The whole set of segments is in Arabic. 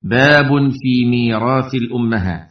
باب في ميراث الأمهات.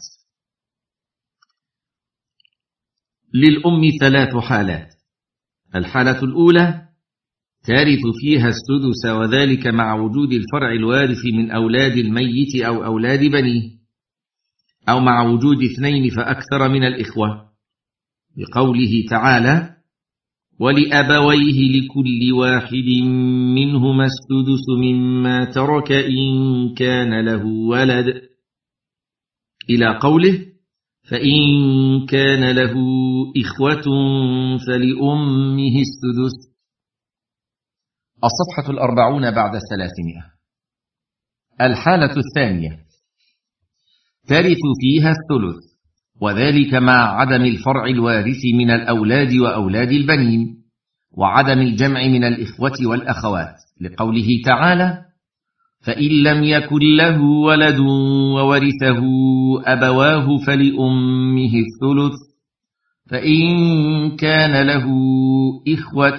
للأم 3 حالات. الحالة الأولى ترث فيها السدس، وذلك مع وجود الفرع الوارث من أولاد الميت أو أولاد بنيه، أو مع وجود 2 فأكثر من الإخوة، بقوله تعالى: ولأبويه لكل واحد منهما السدس مما ترك إن كان له ولد، إلى قوله: فإن كان له إخوة فلأمه السدس. الصفحة 40 بعد 300. الحالة الثانية ترث فيها الثلث، وذلك مع عدم الفرع الوارث من الأولاد وأولاد البنين، وعدم الجمع من الإخوة والأخوات، لقوله تعالى: فإن لم يكن له ولد وورثه أبواه فلأمه الثلث، فإن كان له إخوة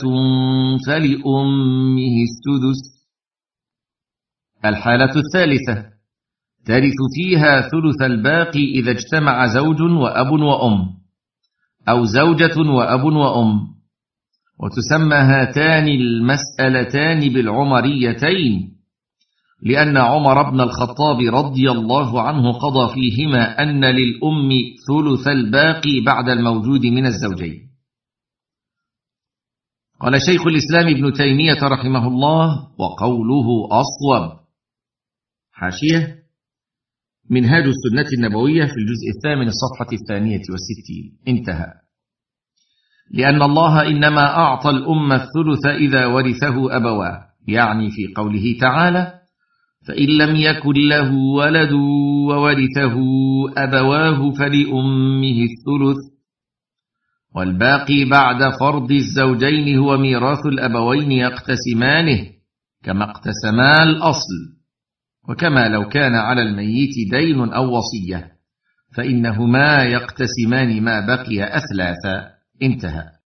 فلأمه السدس. الحالة الثالثة ترث فيها ثلث الباقي إذا اجتمع زوج وأب وأم، أو زوجة وأب وأم، وتسمى هاتان المسألتان بالعمريتين، لأن عمر بن الخطاب رضي الله عنه قضى فيهما أن للأم ثلث الباقي بعد الموجود من الزوجين. قال شيخ الإسلام ابن تيمية رحمه الله: وقوله أصوب. حاشية: منهاج السنة النبوية في الجزء 8 الصفحة 62. انتهى. لأن الله إنما أعطى الأم الثلث إذا ورثه أبواه، يعني في قوله تعالى: فإن لم يكن له ولد وورثه أبواه فلأمه الثلث، والباقي بعد فرض الزوجين هو ميراث الأبوين يقتسمانه كما اقتسما الأصل، وكما لو كان على الميت دين أو وصية فإنهما يقتسمان ما بقي أثلاثا. انتهى.